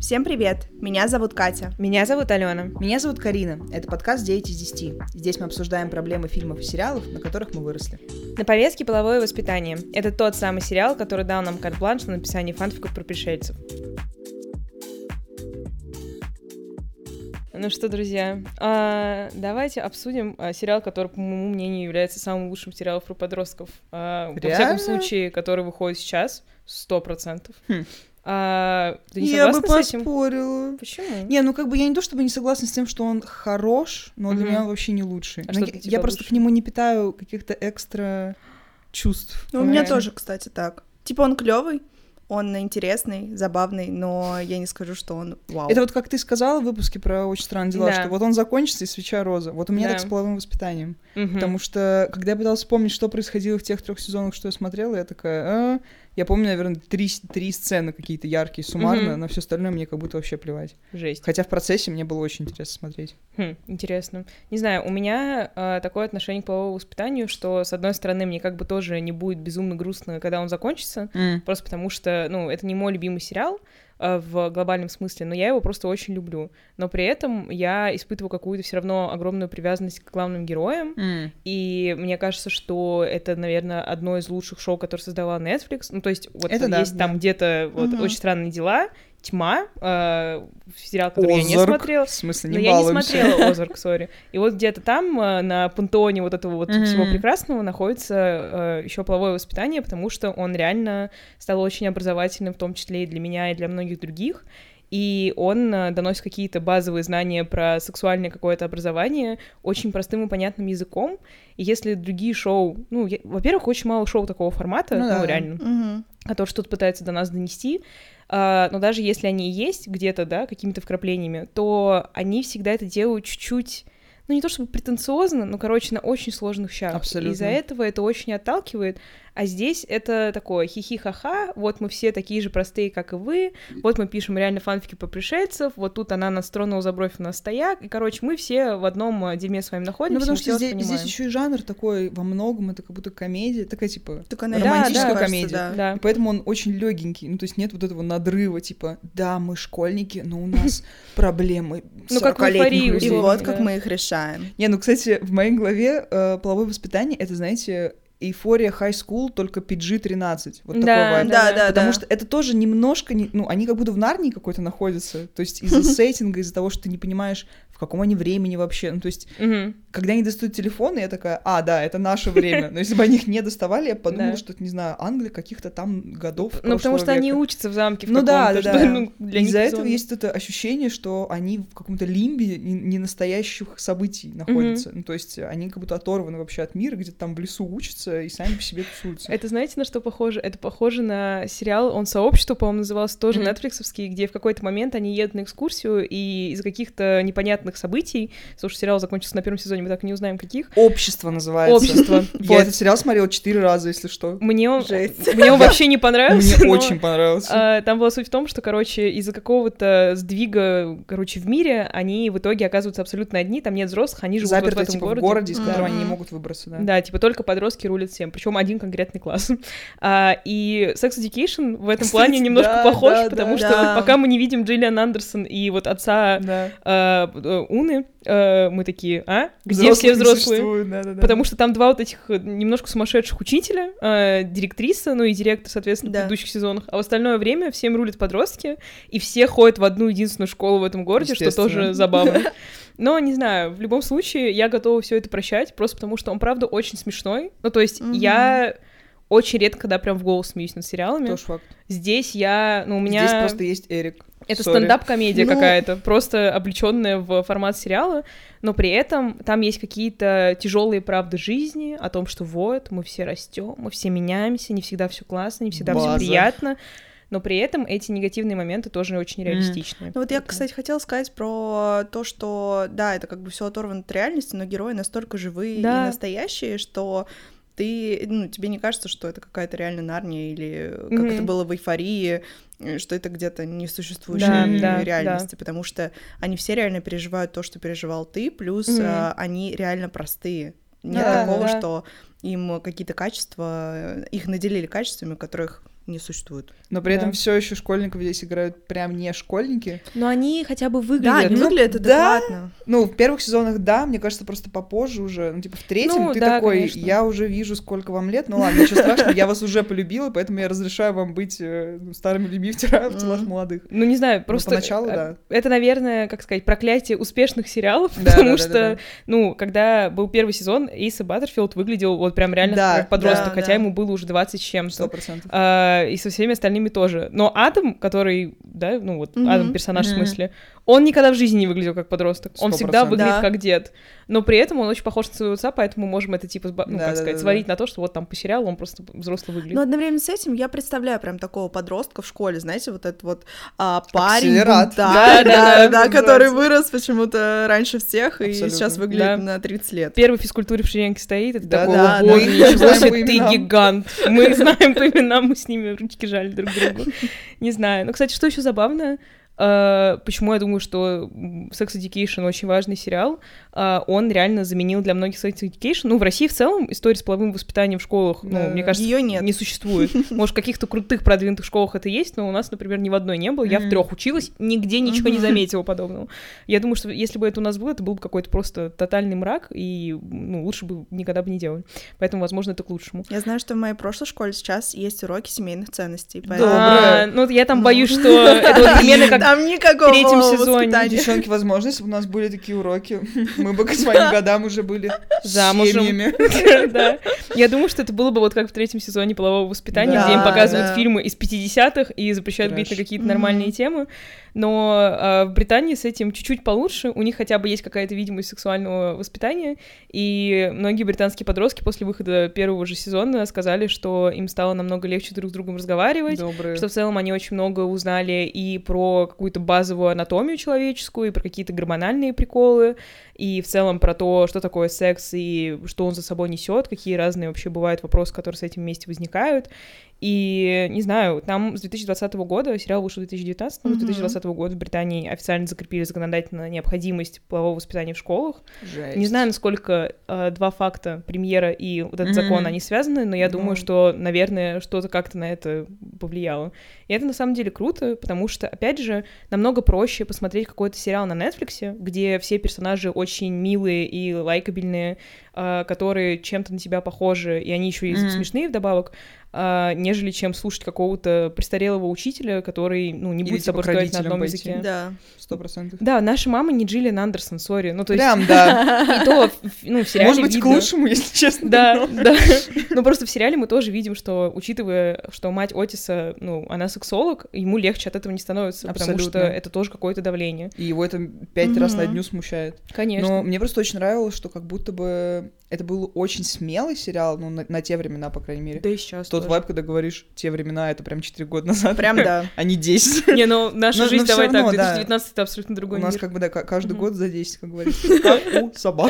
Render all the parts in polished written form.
Всем привет! Меня зовут Катя. Меня зовут Алена. Меня зовут Карина. Это подкаст 9 из 10. Здесь мы обсуждаем проблемы фильмов и сериалов, на которых мы выросли. На повестке «Половое воспитание». Это тот самый сериал, который дал нам карт-бланш на написание фанфиков про пришельцев. Ну что, друзья, давайте обсудим сериал, который, по моему мнению, является самым лучшим сериалом про подростков. Во всяком случае, который выходит сейчас, 100%. Ты не я бы согласна с этим? поспорила. Почему? Не, я не то чтобы не согласна с тем, что он хорош, но для меня он вообще не лучший. Я просто лучше? к нему не питаю каких-то экстра чувств. У меня тоже, кстати, так. Типа он клёвый, он интересный, забавный, но я не скажу, что он вау. Это вот как ты сказала в выпуске про «Очень странные дела», Да. что вот он закончится, и свеча роза. Вот у меня так с «Половым воспитанием». Потому что, когда я пыталась вспомнить, что происходило в тех 3 сезонах, что я смотрела, я такая... Я помню, наверное, 3 сцены какие-то яркие, суммарно, на все остальное мне как будто вообще плевать. Жесть. Хотя в процессе мне было очень интересно смотреть. Интересно. Не знаю, у меня такое отношение к половому воспитанию, что, с одной стороны, мне как бы тоже не будет безумно грустно, когда он закончится, просто потому что, это не мой любимый сериал в глобальном смысле, но я его просто очень люблю. Но при этом я испытываю какую-то все равно огромную привязанность к главным героям, и мне кажется, что это, наверное, одно из лучших шоу, которое создала Netflix. Ну, то есть вот это есть там где-то «Очень странные дела», «Тьма», сериал, который я не смотрела. В смысле, но не я не балуемся. смотрела «Озарк», сори. И вот где-то там, на пантеоне вот этого вот всего прекрасного, находится еще «Половое воспитание», потому что он реально стал очень образовательным, в том числе и для меня, и для многих других. И он доносит какие-то базовые знания про сексуальное какое-то образование очень простым и понятным языком. И если другие шоу... во-первых, очень мало шоу такого формата, реально, которые что-то пытаются до нас донести. Но даже если они и есть где-то, да, какими-то вкраплениями, то они всегда это делают чуть-чуть, не то чтобы претенциозно, но, на очень сложных щах. Абсолютно. Из-за этого это очень отталкивает. А здесь это такое хихи-ха-ха, вот мы все такие же простые, как и вы, вот мы пишем реально фанфики по пришельцев, вот тут она нас тронула за бровь, у нас стояк, и, мы все в одном дерьме с вами находимся. Потому что здесь еще и жанр такой во многом, это как будто комедия, такая, романтическая комедия. Да. И поэтому он очень легенький, то есть нет вот этого надрыва, да, мы школьники, но у нас проблемы 40-летних людей. И вот как мы их решаем. Кстати, в моей голове половое воспитание, это, знаете... Эйфория High School, только PG-13. Вот такой вайб. Да. Потому что это тоже немножко... они как будто в Нарнии какой-то находятся. То есть из-за сеттинга, из-за того, что ты не понимаешь, в каком они времени вообще. То есть, когда они достают телефоны, я такая, да, это наше время. Но если бы они их не доставали, я подумала, что это, не знаю, Англия каких-то там годов прошлого потому что века. они учатся в замке в каком-то. Да. Из-за этого есть это ощущение, что они в каком-то лимбе ненастоящих событий находятся. То есть они как будто оторваны вообще от мира, где-то там в лесу учатся и сами по себе тусуются. Это знаете, на что похоже? Это похоже на сериал, он «Сообщество», по-моему, назывался, тоже нетфликсовский, где в какой-то момент они едут на экскурсию, и из-за каких-то непонятных событий, слушай, сериал закончился на 1 сезоне, мы так и не узнаем, каких. «Общество» называется. «Общество». Я этот сериал смотрела 4 раза, если что. Мне он вообще не понравился. Мне очень понравился. Там была суть в том, что, из-за какого-то сдвига, в мире, они в итоге оказываются абсолютно одни, там нет взрослых, они живут вот в этом городе. В городе, из которого они не могут выбраться, да. Да, только подростки рулят всем, причем один конкретный класс. И Sex Education в этом плане немножко похож, потому что пока мы не видим Джиллиан Андерсон и вот отца Уны, мы такие, где все взрослые? Потому что там 2 вот этих немножко сумасшедших учителя, директриса, и директор, соответственно, в предыдущих сезонах, а в остальное время всем рулят подростки, и все ходят в одну единственную школу в этом городе, что тоже забавно. Но, не знаю, в любом случае, я готова все это прощать, просто потому что он, правда, очень смешной. То есть я очень редко, когда прям в голос смеюсь над сериалами. Тоже факт. Здесь у меня... Здесь просто есть Эрик. Это стендап-комедия какая-то, просто облечённая в формат сериала, но при этом там есть какие-то тяжелые правды жизни о том, что мы все растем, мы все меняемся, не всегда все классно, не всегда все приятно. Но при этом эти негативные моменты тоже очень реалистичны. Я, кстати, хотела сказать про то, что, да, это все оторвано от реальности, но герои настолько живые и настоящие, что тебе не кажется, что это какая-то реально Нарния или как это было в «Эйфории», что это где-то несуществующая реальности, потому что они все реально переживают то, что переживал ты, плюс они реально простые. Нет такого, что им какие-то качества, их наделили качествами, которых не существует. Но при этом все еще школьников здесь играют прям не школьники. Но они хотя бы выглядят. Да, они выглядят адекватно. Ну, в первых сезонах, да, мне кажется, просто попозже уже, ну, типа, в третьем ты такой, конечно. Я уже вижу, сколько вам лет, ну ладно, ничего страшного, я вас уже полюбила, поэтому я разрешаю вам быть старыми людьми в телах молодых. Ну, не знаю, просто... Поначалу, да. Это, наверное, как сказать, проклятие успешных сериалов, потому что, ну, когда был первый сезон, Эйса Баттерфилд выглядел вот прям реально как подросток, хотя ему было уже 20 с чем-то. 100%. И со всеми остальными тоже. Но Адам, который, да, ну вот Адам персонаж в смысле, он никогда в жизни не выглядел как подросток. 100%. Он всегда выглядит как дед. Но при этом он очень похож на своего отца, поэтому можем это, типа, ну, как сказать, свалить на то, что вот там по сериалу он просто взрослый выглядит. Но одновременно с этим я представляю прям такого подростка в школе, знаете, вот этот вот парень, да, который вырос почему-то раньше всех и сейчас выглядит на 30 лет. Первый в физкультуре в шеренге стоит, это такой, о боже, ничего себе, ты гигант. Мы знаем по именам, мы с ними ручки жали друг другу. Не знаю. Ну, кстати, что еще забавно, почему я думаю, что Sex Education очень важный сериал, он реально заменил для многих Sex Education. Ну, в России в целом история с половым воспитанием в школах, ну, мне кажется, её нет. Не существует. Может, в каких-то крутых продвинутых школах это есть, но у нас, например, ни в одной не было. Я в 3 училась, нигде ничего не заметила подобного. Я думаю, что если бы это у нас было, это был бы какой-то просто тотальный мрак, и, ну, лучше бы никогда бы не делали. Поэтому, возможно, это к лучшему. Я знаю, что в моей прошлой школе сейчас есть уроки семейных ценностей. Ну, я там боюсь, что это вот примерно как там никакого в 3-м сезоне. Девчонки, возможно, если бы у нас были такие уроки, мы бы к своим годам уже были семьями. Да. Я думаю, что это было бы вот как в 3-м сезоне полового воспитания, где им показывают фильмы из 50-х и запрещают говорить на какие-то нормальные темы. Но в Британии с этим чуть-чуть получше, у них хотя бы есть какая-то видимость сексуального воспитания, и многие британские подростки после выхода первого же сезона сказали, что им стало намного легче друг с другом разговаривать, что в целом они очень много узнали и про какую-то базовую анатомию человеческую, и про какие-то гормональные приколы, и в целом про то, что такое секс и что он за собой несет, какие разные вообще бывают вопросы, которые с этим вместе возникают. И, не знаю, там с 2020 года, сериал вышел в 2019, но с 2020 года в Британии официально закрепили законодательно необходимость полового воспитания в школах. Жесть. Не знаю, насколько 2 факта, премьера и вот этот закон, они связаны, но я думаю, что, наверное, что-то как-то на это повлияло. И это, на самом деле, круто, потому что, опять же, намного проще посмотреть какой-то сериал на Netflix, где все персонажи очень милые и лайкабельные, которые чем-то на тебя похожи, и они еще и смешные вдобавок, нежели чем слушать какого-то престарелого учителя, который, ну, не будет с тобой разговаривать на одном языке. Да. 100%. Да, наша мама не Джиллиан Андерсон, сори. Ну, то есть... Прям, да. И то, ну, в сериале может быть, видно... к лучшему, если честно. Да, да. Но просто в сериале мы тоже видим, что, учитывая, что мать Отиса, ну, она сексолог, ему легче от этого не становится, потому что это тоже какое-то давление. И его это 5 раз на дню смущает. Конечно. Но мне просто очень нравилось, что как будто бы это был очень смелый сериал, ну, на те времена, по крайней мере. Да и сейчас Тот вайб, когда говоришь, те времена, это прям 4 года назад. Прям, да. А не 10. Не, ну, наша жизнь, давай так, 2019 — это абсолютно другой мир. У нас как бы, да, каждый год за 10, как говорится, как у собак.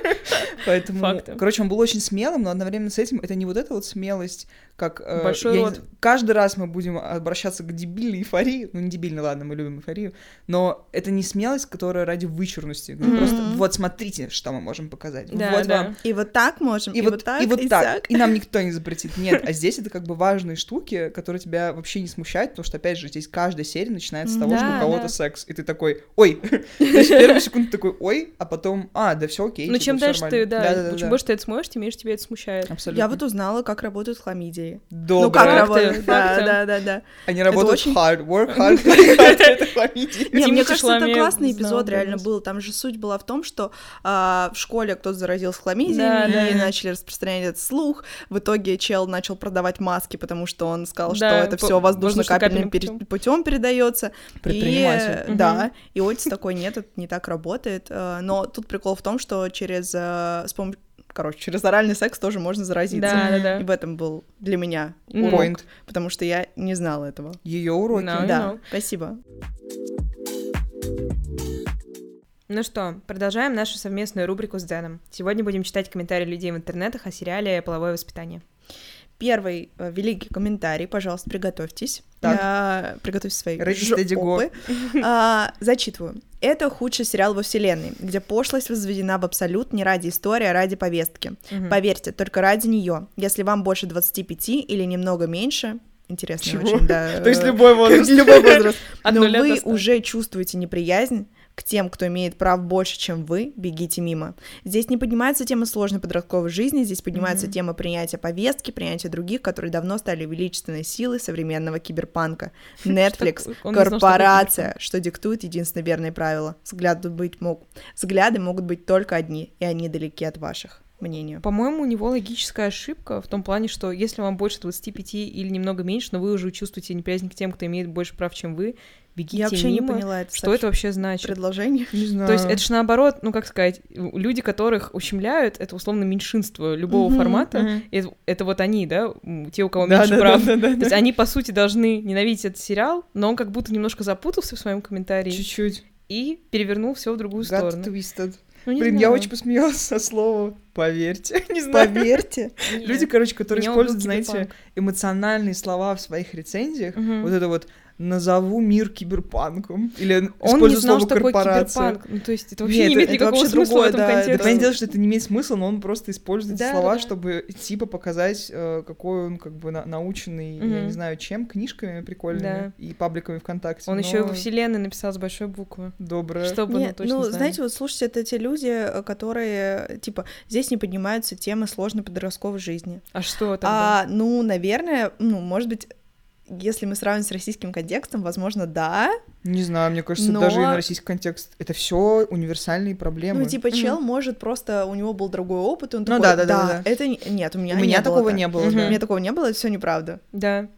Поэтому, короче, он был очень смелым, но одновременно с этим это не вот эта вот смелость, как... Большой рот. Каждый раз мы будем обращаться к дебильной эйфории, ну, не дебильной, ладно, мы любим эйфорию, но это не смелость, которая ради вычурности. Просто вот смотрите, что мы можем показать. Вот вам. И вот так можем, и вот так, и так. И нам никто не запретит. Нет, а здесь это как бы важные штуки, которые тебя вообще не смущают, потому что, опять же, здесь каждая серия начинается с того, что у кого-то секс, и ты такой, ой, то есть первую секунду такой, ой, а потом, да все окей. Ну, чем дальше ты, чем больше ты это смотришь, тем меньше тебя это смущает. Абсолютно. Я вот узнала, как работают хламидии. Доброе. Ну, как работают, да. Они работают hard, work hard, это хламидии. Не, мне кажется, это классный эпизод реально был. Там же суть была в том, что в школе кто-то заразился хламидиями, и начали распространять этот слух. В итоге чел начал продавать маски, потому что он сказал, что это все воздушно-капельным путем передается. Предприниматель. Да, и Отис такой, нет, это не так работает. Но тут прикол в том, что через оральный секс тоже можно заразиться. Да. И в этом был для меня урок, потому что я не знала этого. Ее уроки. Да, спасибо. Ну что, продолжаем нашу совместную рубрику с Дэном. Сегодня будем читать комментарии людей в интернетах о сериале «Половое воспитание». Первый великий комментарий, пожалуйста, приготовьтесь. Приготовьте свои жопы. Зачитываю. Это худший сериал во вселенной, где пошлость возведена в абсолют не ради истории, а ради повестки. Поверьте, только ради нее. Если вам больше 25 или немного меньше, интересная очень, да. То есть любой возраст. Любой возраст. Но вы уже чувствуете неприязнь к тем, кто имеет прав больше, чем вы, бегите мимо. Здесь не поднимается тема сложной подростковой жизни, здесь поднимается тема принятия повестки, принятия других, которые давно стали величественной силой современного киберпанка. Netflix, корпорация, что диктует единственное верное правило. Взгляды могут быть только одни, и они далеки от ваших. Мнению. По-моему, у него логическая ошибка в том плане, что если вам больше 25 или немного меньше, но вы уже чувствуете неприязнь к тем, кто имеет больше прав, чем вы, бегите мимо. Я вообще не поняла это. Что это вообще значит? Предложение? Не знаю. То есть это же наоборот, ну как сказать, люди, которых ущемляют, это условно меньшинство любого формата. Это вот они, да, те, у кого меньше прав. То есть они, по сути, должны ненавидеть этот сериал, но он как будто немножко запутался в своем комментарии. Чуть-чуть. И перевернул все в другую сторону. Twisted. Блин, я очень посмеялась со слова «поверьте». Не знаю. Поверьте? Люди, короче, которые используют, знаете, эмоциональные слова в своих рецензиях, вот это вот «назову мир киберпанком» или использую слово «корпорация». Ну, то есть это вообще не имеет никакого смысла в этом контексте. Понятное дело, что это не имеет смысла, но он просто использует эти слова, чтобы типа показать, какой он как бы наученный, я не знаю чем, книжками прикольными и пабликами ВКонтакте. Он еще и во вселенной написал с большой буквы. Доброе. Чтобы, ну, точно знали. Знаете, вот слушайте, это те люди, которые, типа, здесь не поднимаются темы сложной подростковой жизни. А что тогда? Ну, наверное, может быть, если мы сравним с российским контекстом, возможно, да. Не знаю, мне кажется, даже и на российский контекст это все универсальные проблемы. Ну, типа, чел может просто, у него был другой опыт, и он такой, да. Это нет, у меня такого не было. У меня такого не было, это все неправда. Да.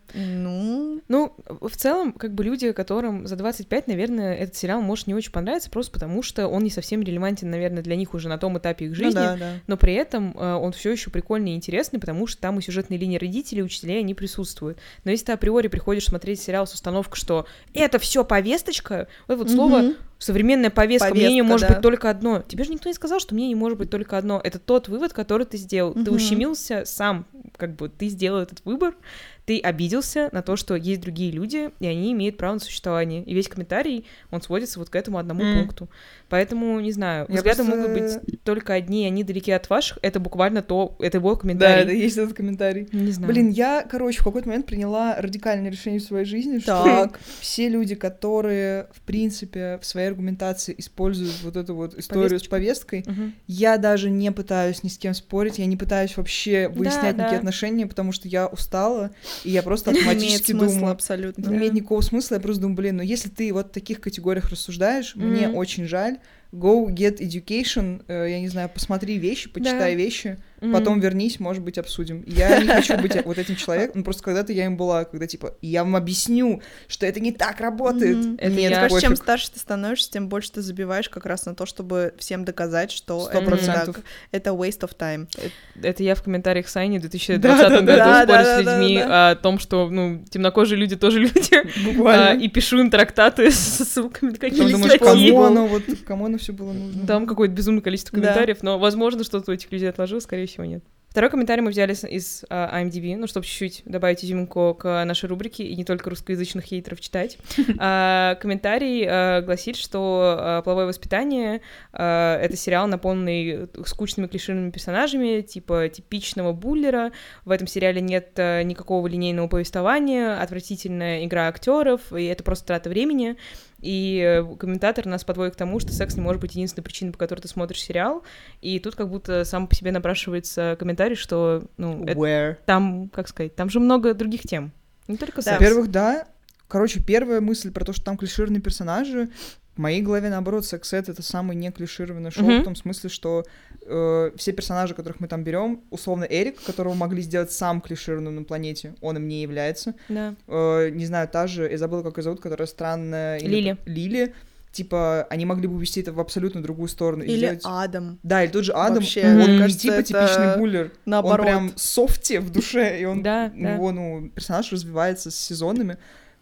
Ну, в целом, как бы люди, которым за 25, наверное, этот сериал может не очень понравиться, просто потому что он не совсем релевантен, наверное, для них уже на том этапе их жизни, но при этом он все еще прикольный и интересный, потому что там и сюжетные линии родителей, учителей, они присутствуют. Но если ты априори приходишь смотреть сериал с установкой, что это все повесточка, вот слово современная повестка, мнение может быть только одно. Тебе же никто не сказал, что мнение может быть только одно. Это тот вывод, который ты сделал. Ты ущемился сам, как бы ты сделал этот выбор, ты обиделся на то, что есть другие люди, и они имеют право на существование. И весь комментарий, он сводится вот к этому одному пункту. Поэтому, не знаю, взгляды могут быть только одни, и они далеки от ваших. Это буквально это его комментарий. Да, это есть этот комментарий. Не знаю. Блин, я, в какой-то момент приняла радикальное решение в своей жизни, что все люди, которые, в принципе, в своей аргументации используют вот эту вот историю с повесткой, я даже не пытаюсь ни с кем спорить, я не пытаюсь вообще выяснять никакие отношения, потому что я устала, и я просто автоматически думаю... абсолютно. Не имеет никакого смысла, я просто думаю, блин, ну если ты вот в таких категориях рассуждаешь, мне очень жаль, go get education, я не знаю, посмотри вещи, почитай вещи, потом вернись, может быть, обсудим. Я не хочу быть вот этим человеком, просто когда-то я им была, когда типа, я вам объясню, что это не так работает. Нет, кажется, чем старше ты становишься, тем больше ты забиваешь как раз на то, чтобы всем доказать, что 100%. Это waste of time. Это я в комментариях Сайни в 2020 году спорю с людьми о том, что, темнокожие люди тоже люди. Буквально. И пишу им трактаты с ссылками на какие-то статьи. Кому оно все было нужно? Там какое-то безумное количество комментариев, но, возможно, что-то у этих людей отложилось, скорее всего, нет. Второй комментарий мы взяли из IMDb, чтобы чуть-чуть добавить изюминку к нашей рубрике и не только русскоязычных хейтеров читать. Комментарий гласит, что «Половое воспитание» — это сериал, наполненный скучными клишированными персонажами, типа типичного буллера. В этом сериале нет никакого линейного повествования, отвратительная игра актеров, и это просто трата времени. И комментатор нас подводит к тому, что секс не может быть единственной причиной, по которой ты смотришь сериал. И тут как будто сам по себе напрашивается комментарий, что, там, как сказать, там же много других тем, не только секс. Во-первых, да. Короче, первая мысль про то, что там клишированные персонажи, в моей голове, наоборот, секс-эд — это самое не клишированное шоу, в том смысле, что все персонажи, которых мы там берем, условно Эрик, которого могли сделать сам клишированным на планете, он им не является. Да. Не знаю, та же, я забыла, как ее зовут, которая странная... Лили. Типа, они могли бы увести это в абсолютно другую сторону. Или сделать... Адам. Да, или тот же Адам. Вообще, он кажется, не типа типичный буллер. Наоборот. Он прям софти в душе, и он, да, у него, персонаж развивается с сезонами.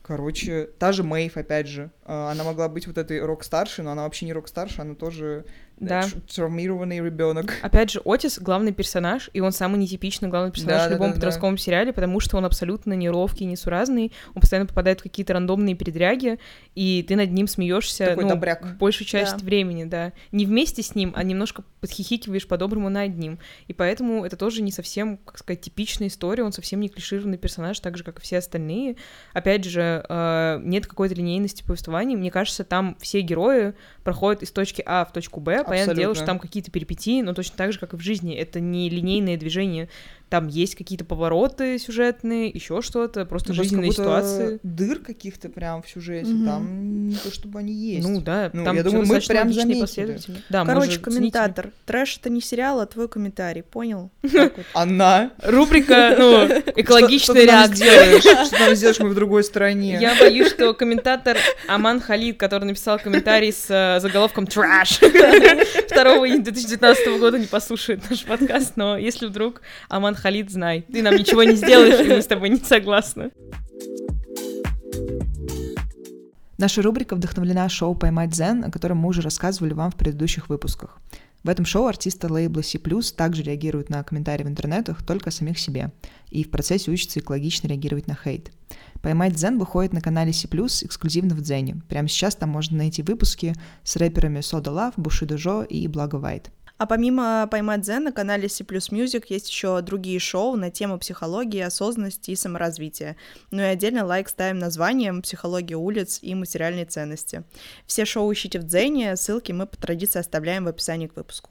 Короче, та же Мэйв, опять же. Она могла быть вот этой рок-старшей, но она вообще не рок-старшая, она тоже травмированный ребенок. Опять же, Отис — главный персонаж, и он самый нетипичный главный персонаж в любом подростковом сериале, потому что он абсолютно неловкий, несуразный, он постоянно попадает в какие-то рандомные передряги, и ты над ним смеешься большую часть времени, да. Не вместе с ним, а немножко подхихикиваешь по-доброму над ним. И поэтому это тоже не совсем, как сказать, типичная история, он совсем не клишированный персонаж, так же, как и все остальные. Опять же, нет какой-то линейности повествования. Мне кажется, там все герои проходят из точки А в точку Б. Понятное дело, что там какие-то перипетии, но точно так же, как и в жизни. Это не линейное движение. Там есть какие-то повороты сюжетные, еще что-то, просто жизненные ситуации. Дыр каких-то прям в сюжете, там не то, чтобы они есть. Ну да, там я думаю, мы прям заметили. Да, короче, комментатор. Трэш — это не сериал, а твой комментарий, понял? Она. Рубрика, экологичная реакция. Что ты нам сделаешь, мы в другой стороне. Я боюсь, что комментатор Аман Халид, который написал комментарий с заголовком «Трэш», 2 июня 2019 года не послушает наш подкаст, но если вдруг, Аман Халид, знай, ты нам ничего не сделаешь, и мы с тобой не согласны. Наша рубрика вдохновлена шоу «Поймать Дзен», о котором мы уже рассказывали вам в предыдущих выпусках. В этом шоу артисты лейбла C++ также реагируют на комментарии в интернетах только о самих себе, и в процессе учатся экологично реагировать на хейт. «Поймать Дзен» выходит на канале C+, эксклюзивно в Дзене. Прямо сейчас там можно найти выпуски с рэперами Soda Love, Bushido Joe и Благо White. А помимо «Поймать Дзен» на канале C+ Music есть еще другие шоу на тему психологии, осознанности и саморазвития. Ну и отдельно лайк ставим названием «Психология улиц и материальные ценности». Все шоу ищите в Дзене, ссылки мы по традиции оставляем в описании к выпуску.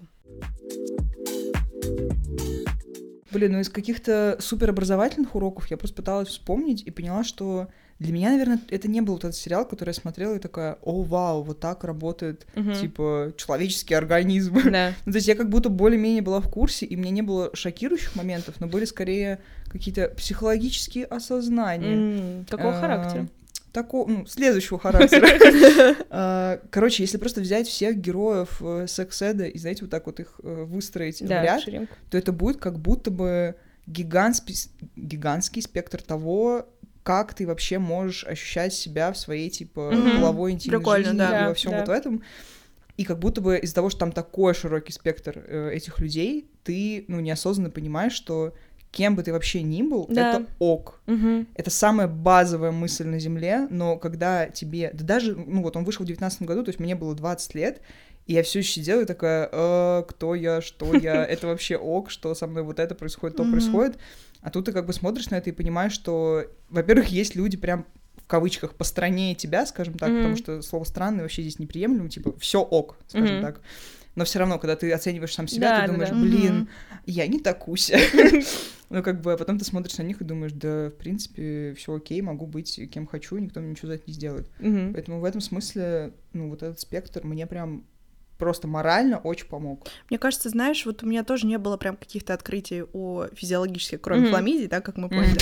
Блин, из каких-то суперобразовательных уроков я просто пыталась вспомнить и поняла, что для меня, наверное, это не был вот этот сериал, который я смотрела и такая: о, вау, вот так работает, типа, человеческий организм. Да. Ну, то есть я как будто более-менее была в курсе, и мне не было шокирующих моментов, но были скорее какие-то психологические осознания. Какого характера? Следующего характера. Короче, если просто взять всех героев секс-эда и, знаете, вот так вот их выстроить в ряд, то это будет как будто бы гигантский спектр того, как ты вообще можешь ощущать себя в своей, типа, половой интимной жизни и во всем вот в этом. И как будто бы из-за того, что там такой широкий спектр этих людей, ты, неосознанно понимаешь, что кем бы ты вообще ни был, это ок. Это самая базовая мысль на Земле, но когда тебе... Да даже, он вышел в 19 году, то есть мне было 20 лет, и я все еще сидела и такая: кто я, что я, это вообще ок, что со мной вот это происходит, то происходит. А тут ты как бы смотришь на это и понимаешь, что, во-первых, есть люди прям в кавычках постраннее тебя, скажем так, потому что слово «странный» вообще здесь неприемлемо, типа все ок, скажем так. Но все равно, когда ты оцениваешь сам себя, ты думаешь: блин, я не такуся. Ну, как бы, а потом ты смотришь на них и думаешь: да, в принципе, все окей, могу быть кем хочу, никто мне ничего за это не сделает. Поэтому в этом смысле, вот этот спектр мне прям просто морально очень помог. Мне кажется, знаешь, вот у меня тоже не было прям каких-то открытий о физиологических, кроме хламидий, да, как мы поняли.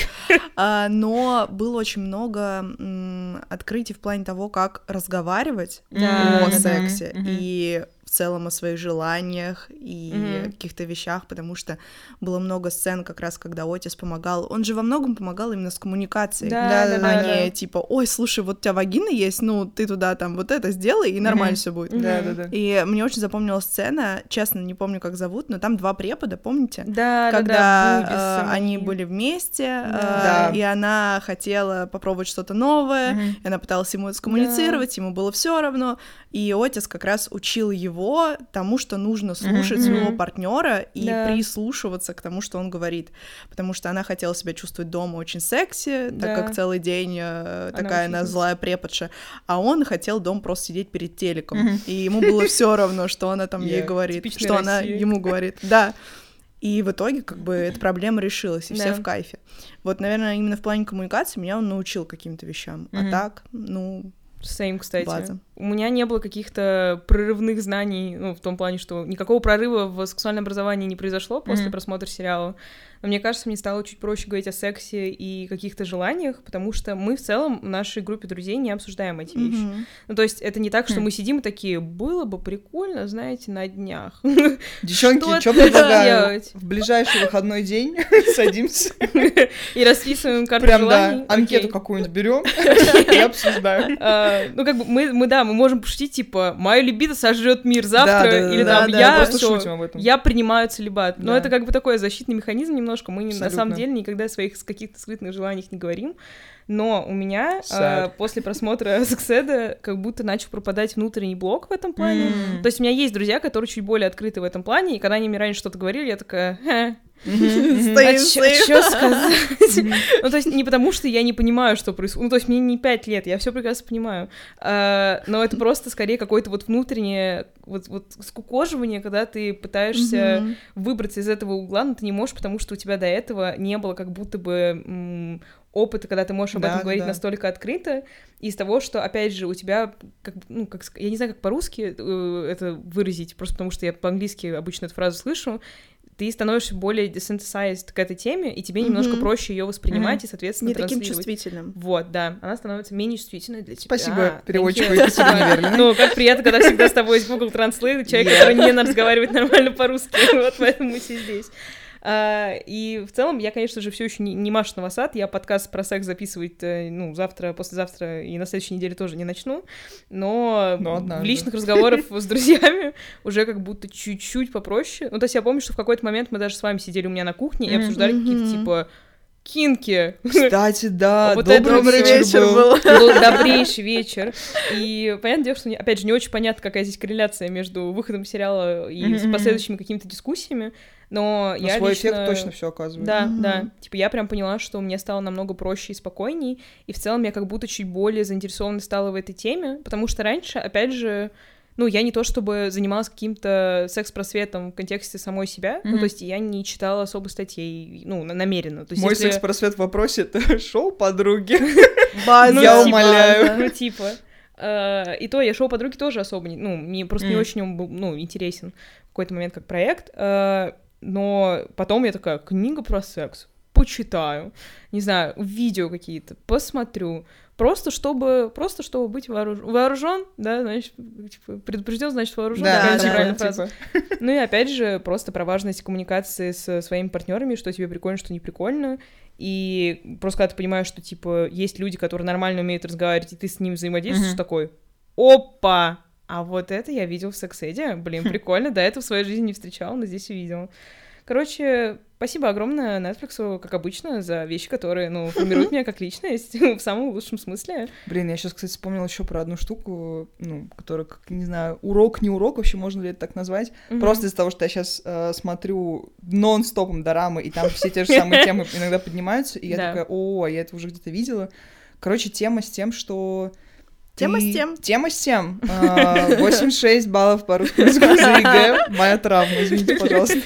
Но было очень много открытий в плане того, как разговаривать о сексе и в целом о своих желаниях и каких-то вещах, потому что было много сцен как раз, когда Отис помогал. Он же во многом помогал именно с коммуникацией, а не типа: ой, слушай, вот у тебя вагина есть, ты туда там вот это сделай, и нормально все будет. И мне очень запомнилась сцена, честно, не помню, как зовут, но там 2 препода, помните? Когда они были вместе, и она хотела попробовать что-то новое, и она пыталась ему это скоммуницировать, ему было все равно, и Отис как раз учил его тому, что нужно слушать своего партнера и прислушиваться к тому, что он говорит, потому что она хотела себя чувствовать дома очень секси, так как целый день такая она злая преподша, а он хотел дома просто сидеть перед телеком, и ему было все равно, что она там ей говорит, что она ему говорит, И в итоге, как бы, эта проблема решилась, и все в кайфе. Вот, наверное, именно в плане коммуникации меня он научил каким-то вещам, а так, Same, кстати. База. у меня не было каких-то прорывных знаний, ну, в том плане, что никакого прорыва в сексуальном образовании не произошло после просмотра сериала. Но мне кажется, мне стало чуть проще говорить о сексе и каких-то желаниях, потому что мы в целом в нашей группе друзей не обсуждаем эти вещи. Ну, то есть это не так, что мы сидим и такие, было бы прикольно, знаете, на днях. Девчонки, что предлагаю? В ближайший выходной день садимся. И расписываем карту желаний. Прям, да, анкету какую-нибудь берем и обсуждаем. Ну, как бы мы можем пошутить, типа, моя либидо сожрет мир завтра, или там, я принимаю целибат. Но это как бы такой защитный механизм немножко. Мы на самом деле никогда о своих каких-то скрытных желаниях не говорим. Но у меня после просмотра Сексэда как будто начал пропадать внутренний блок в этом плане. То есть у меня есть друзья, которые чуть более открыты в этом плане, и когда они мне раньше что-то говорили, я такая... Что сказать? Ну, то есть не потому, что я не понимаю, что происходит. Ну, то есть мне не 5 лет, я все прекрасно понимаю. Но это просто скорее какое-то вот внутреннее вот скукоживание, когда ты пытаешься выбраться из этого угла, но ты не можешь, потому что у тебя до этого не было как будто бы опыта, когда ты можешь об этом говорить настолько открыто, из того, что, опять же, у тебя, я не знаю, как по-русски это выразить, просто потому что я по-английски обычно эту фразу слышу, ты становишься более desensitized к этой теме, и тебе немножко проще ее воспринимать и, соответственно, не таким чувствительным. Вот, да, она становится менее чувствительной для тебя. Спасибо переводчику Екатерине Верлиной. Ну, как приятно, когда всегда с тобой есть Google Translate, человек, который не разговаривает нормально по-русски, вот поэтому мы все здесь. И в целом я, конечно же, все еще не Маша Новосад, я подкаст про секс записывать, завтра, послезавтра и на следующей неделе тоже не начну, но в личных разговорах с друзьями уже как будто чуть-чуть попроще. Ну, то есть я помню, что в какой-то момент мы даже с вами сидели у меня на кухне и обсуждали какие-то, типа, кинки. Кстати, да, вот добрый вечер был. Добрейший вечер. И понятное дело, что, опять же, не очень понятно, какая здесь корреляция между выходом сериала и последующими какими-то дискуссиями, но я свой лично... эффект точно все оказывает. Да. Типа я прям поняла, что мне стало намного проще и спокойней, и в целом я как будто чуть более заинтересована стала в этой теме, потому что раньше, опять же, я не то чтобы занималась каким-то секс-просветом в контексте самой себя, то есть я не читала особо статей, намеренно. То есть, мой секс-просвет в вопросе — это шоу «Подруги». Я умоляю. И то я шоу «Подруги» тоже особо мне просто не очень он был, интересен в какой-то момент как проект, но потом я такая, книга про секс, почитаю, не знаю, видео какие-то, посмотрю, просто чтобы быть вооружен, да, значит, типа, предупрежден, значит, вооружен. Да, правильная фраза. Ну и опять же, просто про важность коммуникации со своими партнерами, что тебе прикольно, что не прикольно. И просто когда ты понимаешь, что, типа, есть люди, которые нормально умеют разговаривать, и ты с ними взаимодействуешь, такой, опа! А вот это я видел в Сексэде. Блин, прикольно, до этого в своей жизни не встречал, но здесь увидел. Короче, спасибо огромное Netflix, как обычно, за вещи, которые, формируют меня как личность в самом лучшем смысле. Блин, я сейчас, кстати, вспомнила еще про одну штуку, которая, не знаю, урок, не урок, вообще можно ли это так назвать? Просто из-за того, что я сейчас смотрю нон-стопом дорамы, и там все те же самые темы иногда поднимаются, и я такая, я это уже где-то видела. Короче, тема с тем, что... Тема с тем. 86 баллов по русскому языку за ЕГЭ. Моя травма, извините, пожалуйста.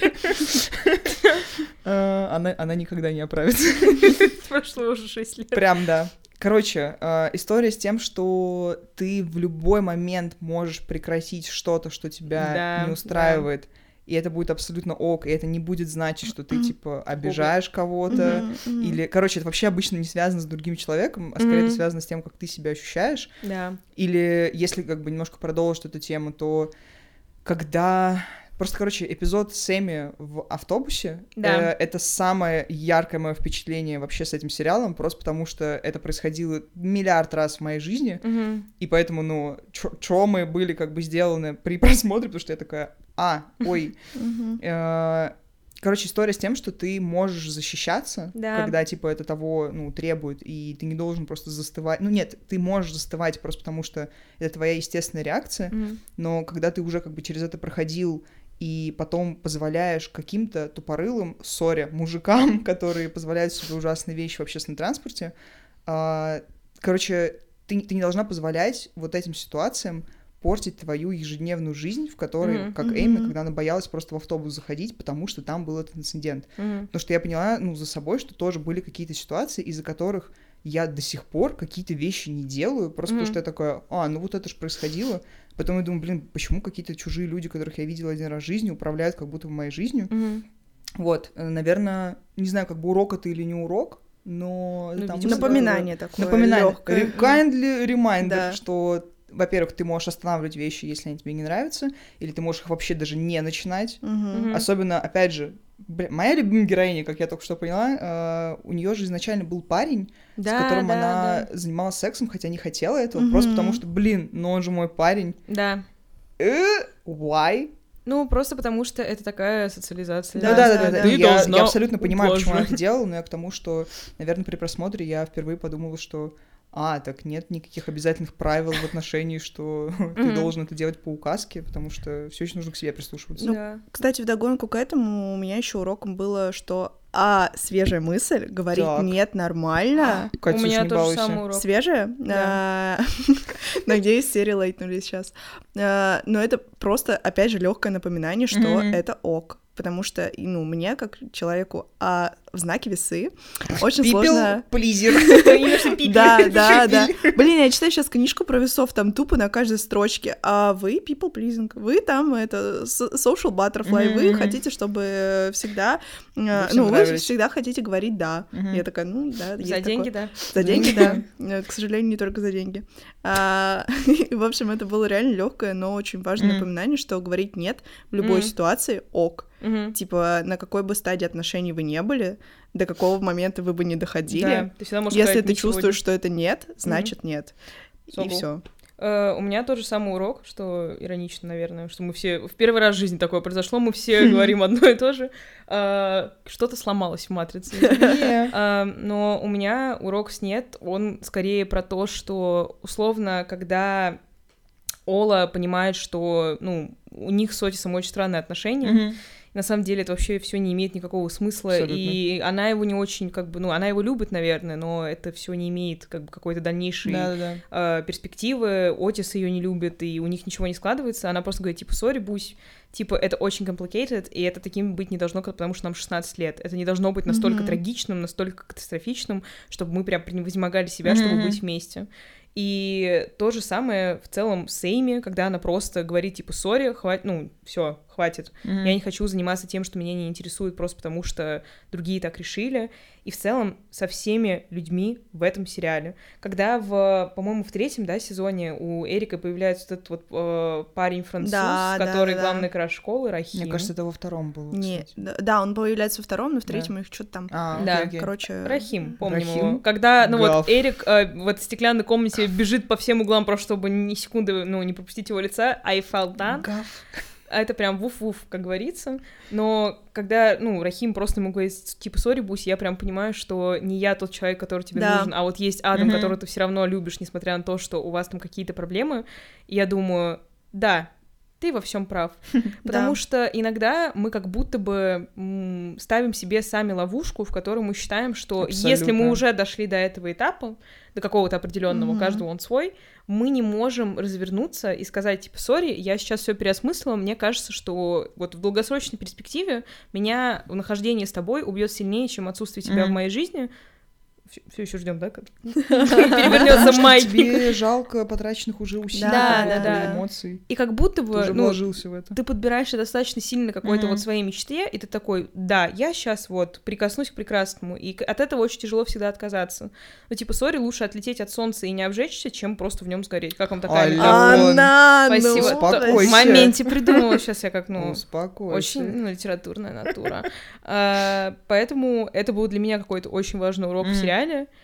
Она никогда не оправится. Прошло уже 6 лет. Прям, да. Короче, история с тем, что ты в любой момент можешь прекратить что-то, что тебя не устраивает, и это будет абсолютно ок, и это не будет значить, что ты, типа, обижаешь кого-то, или... Короче, это вообще обычно не связано с другим человеком, а скорее это связано с тем, как ты себя ощущаешь. Да. Или, если как бы немножко продолжить эту тему, то когда... Просто, короче, эпизод с Эми в автобусе, это самое яркое мое впечатление вообще с этим сериалом, просто потому что это происходило миллиард раз в моей жизни, и поэтому, тромы были как бы сделаны при просмотре, потому что я такая, короче, история с тем, что ты можешь защищаться, когда, типа, это того, требует, и ты не должен просто застывать. Нет, ты можешь застывать просто потому, что это твоя естественная реакция, но когда ты уже как бы через это проходил, и потом позволяешь каким-то тупорылым, мужикам, которые позволяют себе ужасные вещи в общественном транспорте, короче, ты не должна позволять вот этим ситуациям портить твою ежедневную жизнь, в которой, как Эми, когда она боялась просто в автобус заходить, потому что там был этот инцидент. Потому что я поняла, за собой, что тоже были какие-то ситуации, из-за которых я до сих пор какие-то вещи не делаю, просто потому что я такая, ну вот это же происходило. Потом я думаю, блин, почему какие-то чужие люди, которых я видела один раз в жизни, управляют как будто бы моей жизнью? Вот, наверное, не знаю, как бы урок это или не урок, но... там напоминание такое. Напоминание. Kindly reminder, что... Во-первых, ты можешь останавливать вещи, если они тебе не нравятся, или ты можешь их вообще даже не начинать. Особенно, опять же, моя любимая героиня, как я только что поняла, у нее же изначально был парень, с которым она занималась сексом, хотя не хотела этого, просто потому что, но он же мой парень. Да. Why? Ну, просто потому что это такая социализация. Да. Я абсолютно понимаю, почему она это делала, но я к тому, что, наверное, при просмотре я впервые подумала, что так нет никаких обязательных правил в отношении, что ты должен это делать по указке, потому что все еще нужно к себе прислушиваться. Кстати, вдогонку к этому у меня еще уроком было, что свежая мысль, говорить нет, нормально. Катюш, у меня тоже самый урок. Свежая? Да. Надеюсь, все релейтнули сейчас. Но это просто, опять же, легкое напоминание, что это ок. Потому что, мне, как человеку, в знаке весы очень сложно... People-pleaser. Да. Блин, я читаю сейчас книжку про весов, там тупо на каждой строчке. А вы people-pleasing, вы там social butterfly, вы хотите, чтобы всегда... вы всегда хотите говорить «да». Я такая, да. За деньги, да. За деньги, да. К сожалению, не только за деньги. В общем, это было реально легкое, но очень важное напоминание, что говорить «нет» в любой ситуации ок. Типа, на какой бы стадии отношений вы не были, до какого момента вы бы не доходили. Если ты чувствуешь, что это нет, значит нет. И все. У меня тоже самый урок, что иронично, наверное, что мы все... В первый раз в жизни такое произошло, мы все говорим одно и то же. Что-то сломалось в «Матрице». Но у меня урок с «нет», он скорее про то, что, условно, когда Ола понимает, что, у них с Отисом очень странные отношения, на самом деле это вообще все не имеет никакого смысла, абсолютно. И она его не очень, она его любит, наверное, но это все не имеет какой-то дальнейшей перспективы. Отис ее не любит, и у них ничего не складывается. Она просто говорит, сори, Бусь, это очень complicated, и это таким быть не должно, потому что нам 16 лет. Это не должно быть настолько трагичным, настолько катастрофичным, чтобы мы прям превозмогали себя, чтобы быть вместе. И то же самое в целом с Эйми, когда она просто говорит, сори, все, хватит. Я не хочу заниматься тем, что меня не интересует, просто потому что другие так решили. И в целом со всеми людьми в этом сериале. Когда по-моему, в 3-м, сезоне у Эрика появляется этот парень француз, который главный краш школы, Рахим. Мне кажется, это во 2-м было. Да, он появляется во 2-м, но в 3-м их что-то там... Короче... Рахим, помню его. Когда, Эрик в этой стеклянной комнате бежит по всем углам, просто чтобы ни секунды, не пропустить его лица, I felt that. Это прям вуф-вуф, как говорится. Но когда, Рахим просто ему говорит, сори, Бусь, я прям понимаю, что не я тот человек, который тебе нужен, а вот есть Адам, которого ты все равно любишь, несмотря на то, что у вас там какие-то проблемы. И я думаю, да, ты во всем прав. Потому что иногда мы как будто бы ставим себе сами ловушку, в которой мы считаем, что если мы уже дошли до этого этапа, до какого-то определенного, у каждого он свой, мы не можем развернуться и сказать, сори, я сейчас все переосмыслила, мне кажется, что вот в долгосрочной перспективе меня нахождение с тобой убьет сильнее, чем отсутствие тебя в моей жизни. Все еще ждем, да? Перевернется маятник. Тебе жалко потраченных уже усилий, эмоций. И как будто бы ты вложился в это. Ты подбираешься достаточно сильно какой-то своей мечте, и ты такой, да, я сейчас прикоснусь к прекрасному, и от этого очень тяжело всегда отказаться. Сори, лучше отлететь от солнца и не обжечься, чем просто в нем сгореть. Как вам такая Спасибо. В моменте придумала сейчас я как, успокойся. Очень литературная натура. Поэтому это был для меня какой-то очень важный урок в сериале.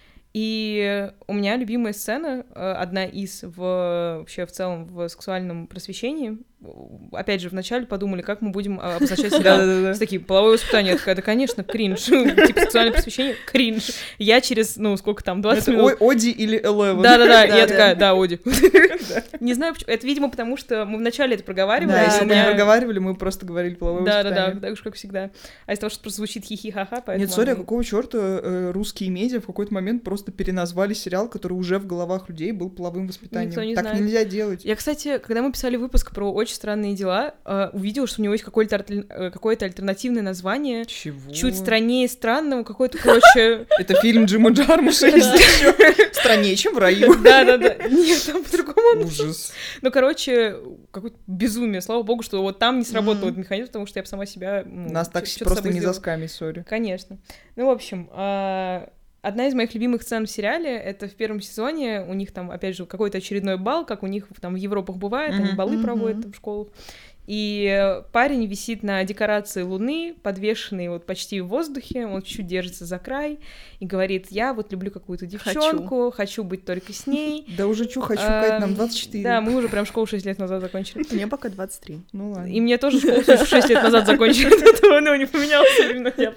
И у меня любимая сцена, одна из вообще в целом в сексуальном просвещении. Опять же, вначале подумали, как мы будем обозначать сериал. Такие, половое воспитание. Я такая, да, конечно, кринж. Сексуальное просвещение, кринж. Я через, сколько там, 20 минут... Оди или Элевен. Да-да-да, я такая, да, Оди. Не знаю, почему. Это, видимо, потому что мы вначале это проговаривали. Да, если мы не проговаривали, мы просто говорили половое воспитание. Да-да-да, так же, как всегда. А из того, что просто звучит хихи-ха-ха, поэтому... Нет, сори, а какого чёрта русские медиа в какой-то момент просто переназвали сериал, который уже в головах людей был половым воспитанием? Никто не так знает. Нельзя делать. Я, кстати, когда мы писали выпуск про «Отчима «Очень странные дела», увидела, что у него есть какое-то альтернативное название. Чего? Чуть страннее странного, какой-то, короче... Это фильм Джима Джармуша, если еще. Страннее, чем в раю. Да-да-да. Нет, там по-другому. Ужас. Ну, короче, какое-то безумие. Слава богу, что вот там не сработал этот механизм, потому что я бы сама себя... Нас так просто не заскамить, сори. Конечно. Ну, в общем... Одна из моих любимых сцен в сериале — это в первом сезоне, у них там, опять же, какой-то очередной бал, как у них там в Европах бывает, они балы проводят там в школах. И парень висит на декорации Луны, подвешенный вот почти в воздухе, он чуть-чуть держится за край и говорит: я вот люблю какую-то девчонку, хочу быть только с ней. Да уже чё хочу, Кать, нам 24. Да, мы уже прям школу 6 лет назад закончили. Мне пока 23. Ну ладно. И мне тоже школу 6 лет назад закончили, но не поменялся именно, я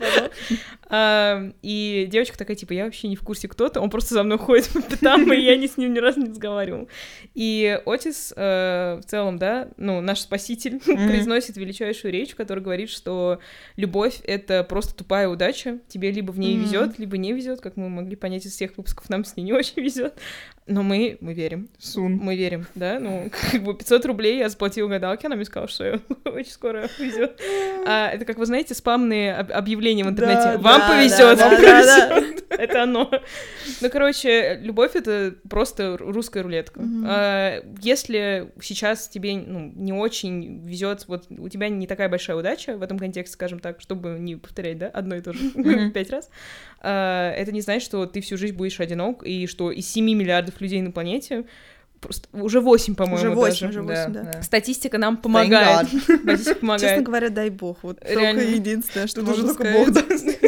поняла. И девочка такая, типа, я вообще не в курсе, кто ты, он просто за мной ходит по пятам, и я с ним ни разу не разговаривала. И Отис в целом, да, ну, наш спаситель, произносит величайшую речь, в которой говорит, что любовь — это просто тупая удача, тебе либо в ней везет, либо не везет, как мы могли понять из всех выпусков, нам с ней не очень везет, но мы верим. Мы верим, да, ну, как бы 500 рублей я заплатила гадалке, она мне сказала, что очень скоро везет. Это, как вы знаете, спамные объявления в интернете. Вам повезет, вам повезет. Это оно. Ну, короче, любовь — это просто русская рулетка. Если сейчас тебе, ну, не очень везет, вот у тебя не такая большая удача в этом контексте, скажем так, чтобы не повторять, да, одно и то же 5 раз, это не значит, что ты всю жизнь будешь одинок, и что из 7 миллиардов людей на планете просто уже 8, по-моему, уже 8, да. Статистика нам помогает. Статистика помогает. Честно говоря, дай бог. Вот реально. только единственное, что тоже могу только сказать. Бог даст.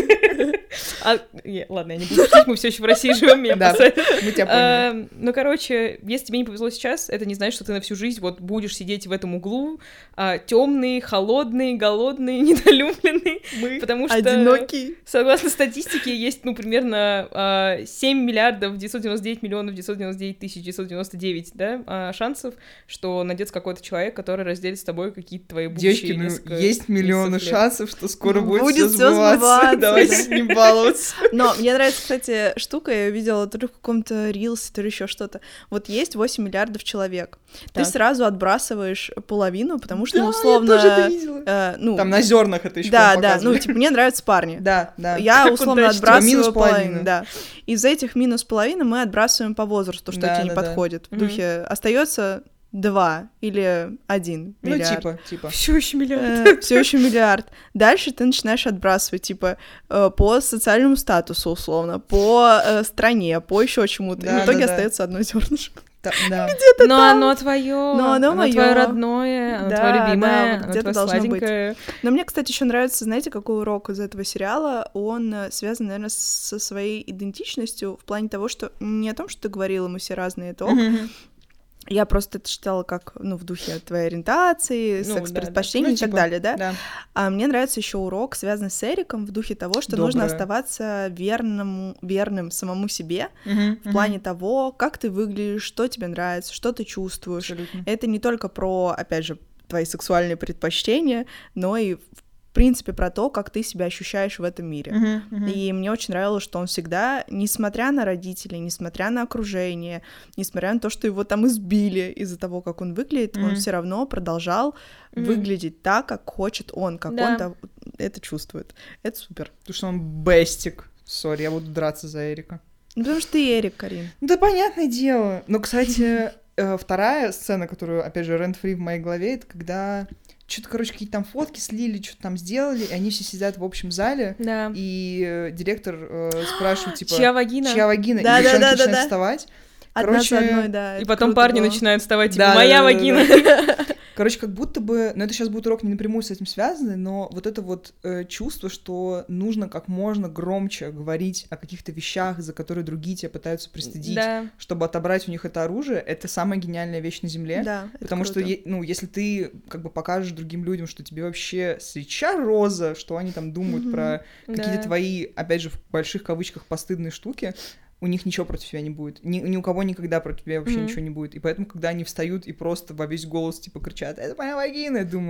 Ладно, я не буду шутить, мы все еще в России живем, меня посадят. Мы тебя поняли. Ну, короче, если тебе не повезло сейчас, это не значит, что ты на всю жизнь вот будешь сидеть в этом углу, темный, холодный, голодный, недолюбленный. Мы потому что, одинокий. Согласно статистике, есть, ну, примерно 7 миллиардов 999 миллионов 999 тысяч 999, да, шансов, что найдется какой-то человек, который разделит с тобой какие-то твои будущие. Девочки, ну, есть миллионы шансов, что скоро будет всё всё сбываться. Давайте с ним баловаться. Но мне нравится, кстати, штука, я видела то ли в каком-то рилсе, то ли еще что-то. Вот есть 8 миллиардов человек. Ты сразу отбрасываешь половину, потому что, условно... я тоже это видела. Там на зернах это еще Да, ну, типа, мне нравятся парни. Да. Я, условно, отбрасываю минус половину. Да. Из этих минус половины мы отбрасываем по возрасту, что тебе не подходит. В духе остается 2 или 1 миллиард. Ну, типа. Все еще миллиард. Все еще миллиард. Дальше ты начинаешь отбрасывать, типа, по социальному статусу, условно, по стране, по еще чему-то. И в итоге остается одно зернышко. Да. Где-то но там. оно твое, оно моё. Твое родное, оно твое любимое, вот оно где-то твое должно сладенькое. быть. Но мне, кстати, еще нравится, знаете, какой урок из этого сериала? Он связан, наверное, со своей идентичностью в плане того, что не о том, что ты говорила, мы все разные, это ок. Я просто это читала как, ну, в духе твоей ориентации, секс-предпочтений и так далее, да? Да. А мне нравится еще урок, связанный с Эриком, в духе того, что нужно оставаться верным самому себе в плане того, как ты выглядишь, что тебе нравится, что ты чувствуешь. Абсолютно. Это не только про, опять же, твои сексуальные предпочтения, но и в принципе, про то, как ты себя ощущаешь в этом мире. И мне очень нравилось, что он всегда, несмотря на родителей, несмотря на окружение, несмотря на то, что его там избили из-за того, как он выглядит, он все равно продолжал выглядеть так, как хочет он, как он это чувствует. Это супер. Потому что он бестик. Сори, я буду драться за Эрика. Ну, потому что ты Эрик, Карин. Да, понятное дело. Но, кстати, вторая сцена, которую, опять же, rent-free в моей голове, это когда... Что-то, короче, какие-то там фотки слили, что-то там сделали, и они все сидят в общем зале, и директор спрашивает, типа... Чья вагина? И девчонки начинают вставать. Одна за одной, да. И потом парни начинают вставать, типа, моя вагина. Короче, как будто бы... Ну, это сейчас будет урок не напрямую с этим связанный, но вот это вот чувство, что нужно как можно громче говорить о каких-то вещах, за которые другие тебя пытаются пристыдить, чтобы отобрать у них это оружие, это самая гениальная вещь на Земле. Да, потому что, ну, если ты как бы покажешь другим людям, что тебе вообще свеча роза, что они там думают про какие-то твои, опять же, в больших кавычках, постыдные штуки, у них ничего против тебя не будет. Ни у кого никогда против тебя вообще ничего не будет. И поэтому, когда они встают и просто во весь голос, типа, кричат: «Это моя вагина!», я думаю,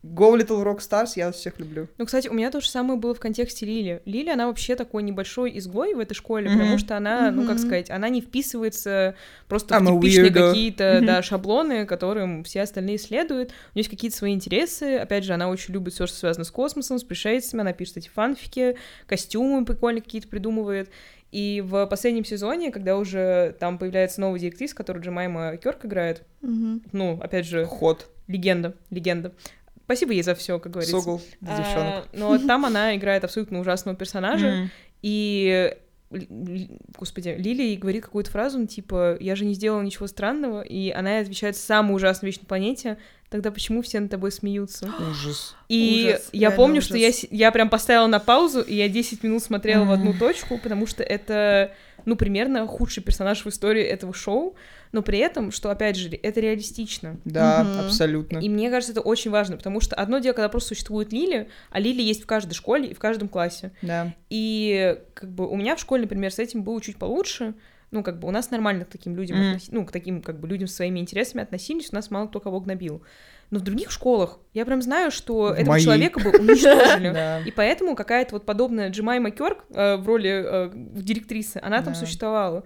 Go Little Rock Stars, я вас всех люблю. Ну, кстати, у меня то же самое было в контексте Лили. Лили, она вообще такой небольшой изгой в этой школе, потому что она, ну, как сказать, она не вписывается просто в типичные какие-то, да, шаблоны, которым все остальные следуют. У нее есть какие-то свои интересы. Опять же, она очень любит все, что связано с космосом, с пришельцами. Она пишет эти фанфики, костюмы прикольные какие-то придумывает. И в последнем сезоне, когда уже там появляется новая директриса, которую Джемайма Кёрк играет, ну, опять же... Легенда. Спасибо ей за все, как говорится. Сокол для девчонок. Но там она играет абсолютно ужасного персонажа, и, господи, Лили ей говорит какую-то фразу, ну, типа, я же не сделала ничего странного, и она ей отвечает: самая ужасная вещь на планете, тогда почему все над тобой смеются? Ужас. И ужас, я помню, ужас. Что я прям поставила на паузу, и я 10 минут смотрела в одну точку, потому что это, ну, примерно худший персонаж в истории этого шоу, но при этом, что, опять же, это реалистично. Да, абсолютно. И мне кажется, это очень важно, потому что одно дело, когда просто существует Лили, а Лили есть в каждой школе и в каждом классе. Да. И как бы у меня в школе, например, с этим было чуть получше. Ну, как бы у нас нормально к таким людям, ну, к таким, как бы, людям с своими интересами относились, у нас мало кто кого гнобил. Но в других школах я прям знаю, что этого человека бы уничтожили. И поэтому какая-то вот подобная Джемайма Кёрк в роли директрисы, она там существовала.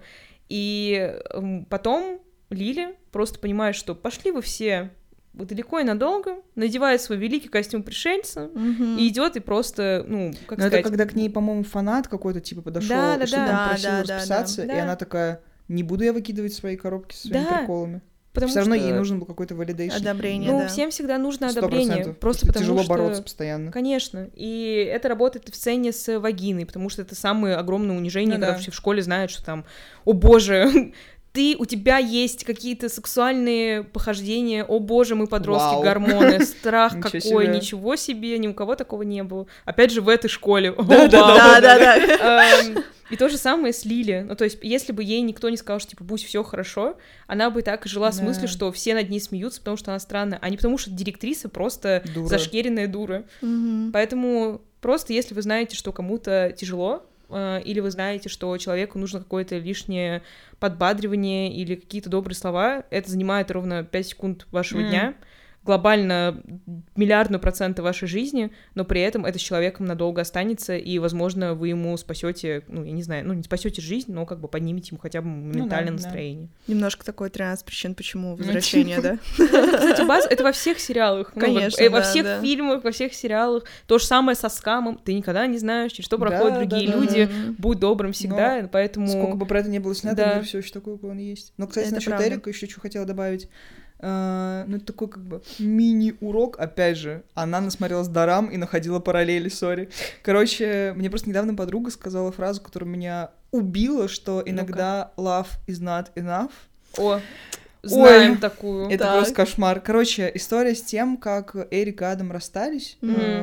И потом Лили просто понимает, что пошли вы все далеко и надолго, надевает свой великий костюм пришельца и идет и просто, ну, как сказать... это когда к ней, по-моему, фанат какой-то типа подошел, что-то просил расписаться, и она такая: не буду я выкидывать свои коробки со своими приколами. Потому все равно ей нужен был какой-то validation. Одобрение, Ну, всем всегда нужно одобрение. 100%. Просто потому тяжело что... бороться постоянно. Конечно. И это работает в сцене с вагиной, потому что это самое огромное унижение, когда все в школе знают, что там, о боже, у тебя есть какие-то сексуальные похождения, о боже, мы подростки, гормоны, страх какой, ничего себе, ни у кого такого не было. Опять же, в этой школе. Да. И то же самое с Лили. Ну, то есть, если бы ей никто не сказал, что, типа, будь все хорошо, она бы так и жила с мыслью, что все над ней смеются, потому что она странная, а не потому что директриса просто зашкеренная дура. Поэтому просто, если вы знаете, что кому-то тяжело, или вы знаете, что человеку нужно какое-то лишнее подбадривание или какие-то добрые слова, это занимает ровно 5 секунд вашего дня, глобально миллиардную процентов вашей жизни, но при этом это с человеком надолго останется, и, возможно, вы ему спасете, ну, я не знаю, ну, не спасете жизнь, но как бы поднимете ему хотя бы ментальное настроение. Немножко такой 13 причин, почему возвращение, да? Кстати, база — это во всех сериалах. Конечно, во всех фильмах, во всех сериалах. То же самое со скамом. Ты никогда не знаешь, через что проходят другие люди. Будь добрым всегда, поэтому... Сколько бы про это не было снято, мир все еще такой, какой он есть. Но, кстати, насчет Эрика еще что хотела добавить. Ну, это такой как бы мини-урок, опять же. Она насмотрелась дорам и находила параллели, сори. Короче, мне просто недавно подруга сказала фразу, которая меня убила, что иногда love is not enough. О, знаем такую. Это просто кошмар. Короче, история с тем, как Эрик и Адам расстались.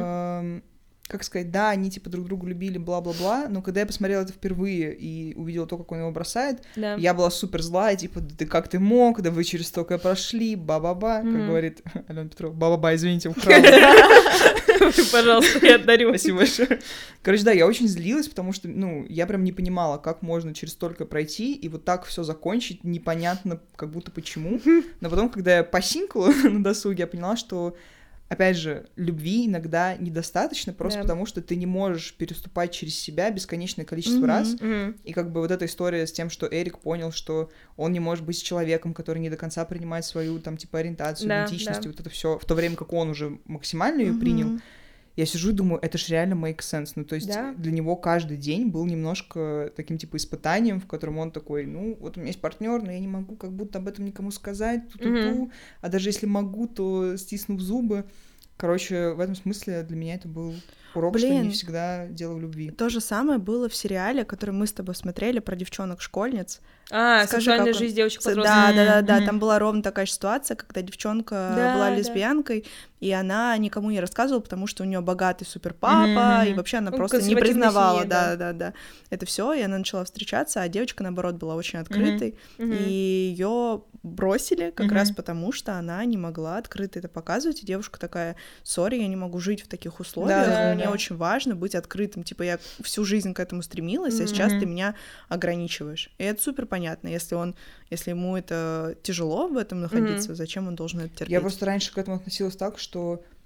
Как сказать, да, они, типа, друг друга любили, бла-бла-бла, но когда я посмотрела это впервые и увидела то, как он его бросает, я была супер злая, типа, да как ты мог, да вы через столько прошли, ба-ба-ба, как говорит Алена Петрова, ба-ба-ба, извините, украл. Пожалуйста, я отдарю. Спасибо большое. Короче, да, я очень злилась, потому что, ну, я прям не понимала, как можно через столько пройти и вот так все закончить, непонятно, как будто почему. Но потом, когда я посинкала на досуге, я поняла, что опять же, любви иногда недостаточно, просто потому что ты не можешь переступать через себя бесконечное количество раз. И как бы вот эта история с тем, что Эрик понял, что он не может быть с человеком, который не до конца принимает свою, там, типа, ориентацию, идентичность, вот это все, в то время как он уже максимально ее принял. Я сижу и думаю, это же реально make sense. Ну, то есть для него каждый день был немножко таким, типа, испытанием, в котором он такой, ну, вот у меня есть партнер, но я не могу как будто об этом никому сказать, а даже если могу, то стиснув зубы. Короче, в этом смысле для меня это был урок, что не всегда дело в любви. То же самое было в сериале, который мы с тобой смотрели, про девчонок-школьниц. Сексуальная жизнь девочек-подростков. Да, там была ровно такая ситуация, когда девчонка была лесбиянкой, и она никому не рассказывала, потому что у нее богатый суперпапа, и вообще она просто не признавала, это все, и она начала встречаться, а девочка, наоборот, была очень открытой, и ее бросили как раз потому, что она не могла открыто это показывать, и девушка такая: сори, я не могу жить в таких условиях, мне очень важно быть открытым, типа я всю жизнь к этому стремилась, а сейчас ты меня ограничиваешь. И это супер понятно, если ему это тяжело в этом находиться, зачем он должен это терпеть? Я просто раньше к этому относилась так, что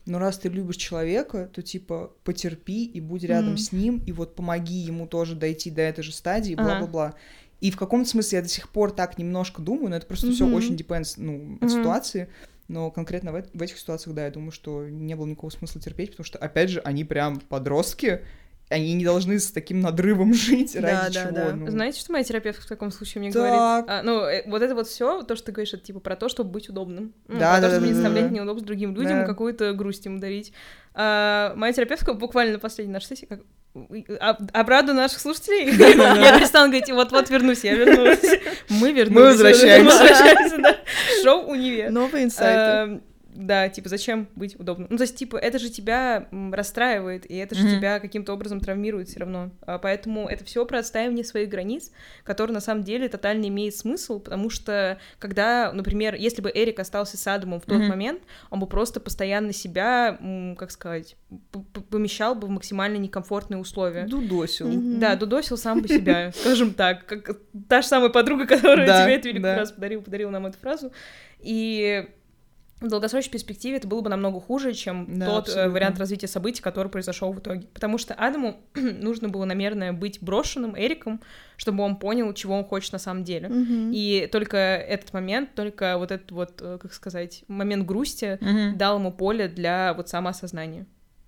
но раз ты любишь человека, то, типа, потерпи и будь рядом с ним, и вот помоги ему тоже дойти до этой же стадии, бла-бла-бла. И в каком-то смысле я до сих пор так немножко думаю, но это просто все очень depends, от ситуации. Но конкретно в этих ситуациях, да, я думаю, что не было никакого смысла терпеть, потому что, опять же, они прям подростки, они не должны с таким надрывом жить ради чего. Да. Знаете, что моя терапевтка в таком случае мне говорит? Вот это вот все, то, что ты говоришь, это типа про то, чтобы быть удобным. Про то, чтобы не доставлять неудобств другим людям и какую-то грусть им дарить. Моя терапевтка буквально на последней нашей сессии обрадую наших слушателей. Я перестала говорить, вот вернусь, я вернулась. Мы вернулись. Мы возвращаемся. Шоу «Универ». Новые инсайты. Да, типа, зачем быть удобным? Ну, то есть, типа, это же тебя расстраивает, и это же тебя каким-то образом травмирует все равно. Поэтому это все про отстаивание своих границ, который на самом деле тотально имеет смысл, потому что, когда, например, если бы Эрик остался с Адамом в тот момент, он бы просто постоянно себя, как сказать, помещал бы в максимально некомфортные условия. Дудосил. Да, дудосил сам по себя, скажем так, как та же самая подруга, которая тебе эту великую фразу подарила нам эту фразу. И в долгосрочной перспективе это было бы намного хуже, чем тот вариант развития событий, который произошел в итоге. Потому что Адаму нужно было, наверное, быть брошенным Эриком, чтобы он понял, чего он хочет на самом деле. И только этот момент, только вот этот вот, как сказать, момент грусти дал ему поле для вот самоосознания.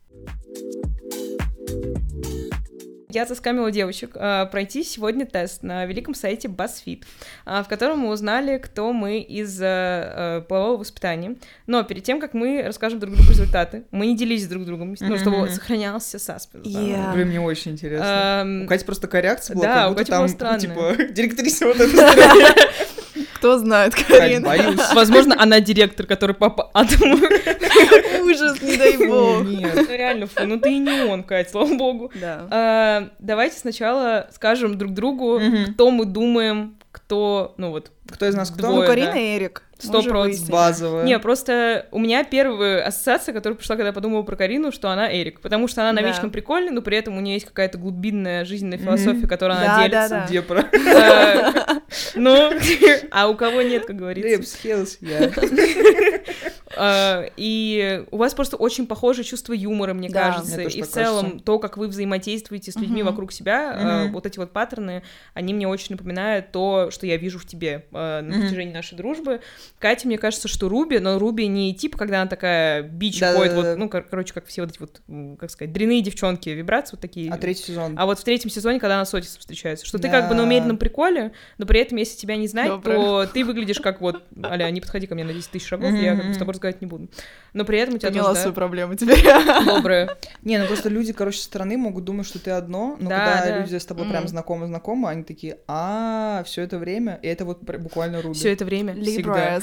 Я заскамила девочек пройти сегодня тест на великом сайте BuzzFeed, в котором мы узнали, кто мы из полового воспитания. Но перед тем, как мы расскажем друг другу результаты, мы не делились друг с другом, чтобы сохранялся саспенс. Блин, мне очень интересно. У Кати просто такая реакция была, да, как будто там, типа, директриса вот этой. Кто знает, Карин. Возможно, она директор, который папа Адаму. Ужас, не дай бог. Нет. Реально, ну ты и не он, Кать, слава богу. Да. Давайте сначала скажем друг другу, кто мы думаем, кто, ну вот, кто из нас кто? Двое, Карина и Эрик. 100%. Базовая. Не, просто у меня первая ассоциация, которая пришла, когда я подумала про Карину, что она Эрик, потому что она на вечном приколе, но при этом у нее есть какая-то глубинная жизненная философия, которой она делится. Депра. Ну, а у кого нет, как говорится. И у вас просто очень похожее чувство юмора, мне кажется, и в целом то, как вы взаимодействуете с людьми вокруг себя, вот эти вот паттерны, они мне очень напоминают то, что я вижу в тебе на протяжении нашей дружбы. Катя, мне кажется, что Руби, но Руби не типа, когда она такая бич ходит, вот, ну, короче, как все вот эти вот, как сказать, дрянные девчонки, вибрации вот такие. А третий сезон? А вот в третьем сезоне, когда она с Отисом встречается, что ты как бы на умеренном приколе, но при этом, если тебя не знать, то ты выглядишь как вот, аля, не подходи ко мне на 10 тысяч шагов, я как бы с тобой разговаривать не буду. Но при этом у тебя поняла тоже, свою проблему теперь. Добрая. Не, ну просто люди, короче, со стороны могут думать, что ты одно, но когда люди с тобой прям знакомы, они такие, все это время, и это вот буквально Руби. Все это время. Всегда.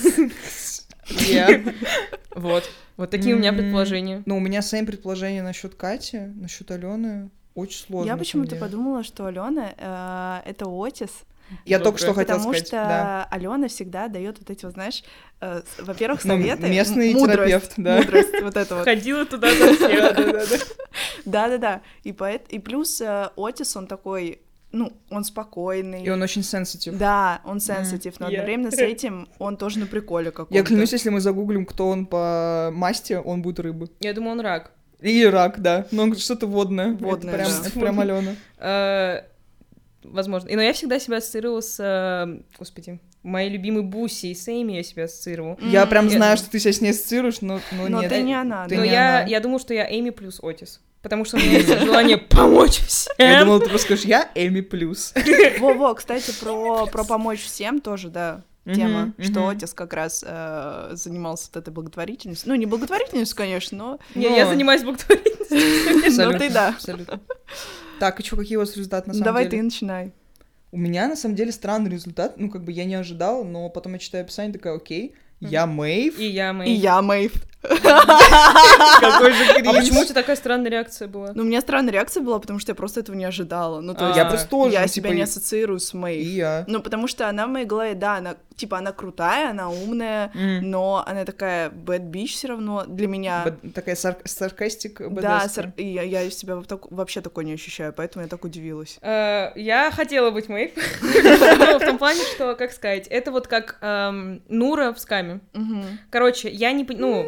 Вот такие у меня предположения. Ну, у меня сами предположения насчет Кати, насчет Алены. Очень сложно. Я почему-то подумала, что Алена это Отис. Я только что хотела сказать. Потому что Алена всегда дает вот эти вот, знаешь, во-первых, советы. Местный терапевт, да. Мудрость, вот это вот. Ходила туда за всех. Да-да-да. И плюс Отис, он такой, ну, он спокойный. И он очень сенситив. Да, он сенситив, но одновременно с этим он тоже на приколе каком-то. Я клянусь, если мы загуглим, кто он по масти, он будет рыбы. Я думаю, он рак. И рак, да. Но что-то водное. Водное, это прям Алена. Возможно. Но я всегда себя ассоциировала с... Господи, моей любимой Буси и Сэйми я себя ассоциировала. Я прям знаю, что ты себя с ней ассоциируешь, но нет. Но ты не она. Но я думаю, что я Эми плюс Отис. Потому что у меня есть желание помочь всем. Я думала, ты просто скажешь, я Эми плюс. Во-во, кстати, про помочь всем тоже, да. Тема, что Отис как раз занимался вот этой благотворительностью. Ну, не благотворительностью, конечно, но... Не, я занимаюсь благотворительностью. Но ты да. Абсолютно. Так, и что, какие у вас результаты на самом деле? Давай ты начинай. У меня, на самом деле, странный результат. Ну, как бы я не ожидала, но потом я читаю описание, такая, окей, я Мэйв. И я Мэйв. И я Мэйв. Какой же кринж. А почему у тебя такая странная реакция была? Ну, у меня странная реакция была, потому что я просто этого не ожидала. Ну, то есть я просто тоже, я себя не ассоциирую с Мэйв. И я. Ну, потому что она в моей голове, да, она крутая, она умная, но она такая bad bitch все равно для меня. Такая саркастик. Да, я себя вообще такой не ощущаю, поэтому я так удивилась. Я хотела быть Мэйв. В том плане, что, как сказать, это вот как Нура в Скаме. Короче, я не... Ну,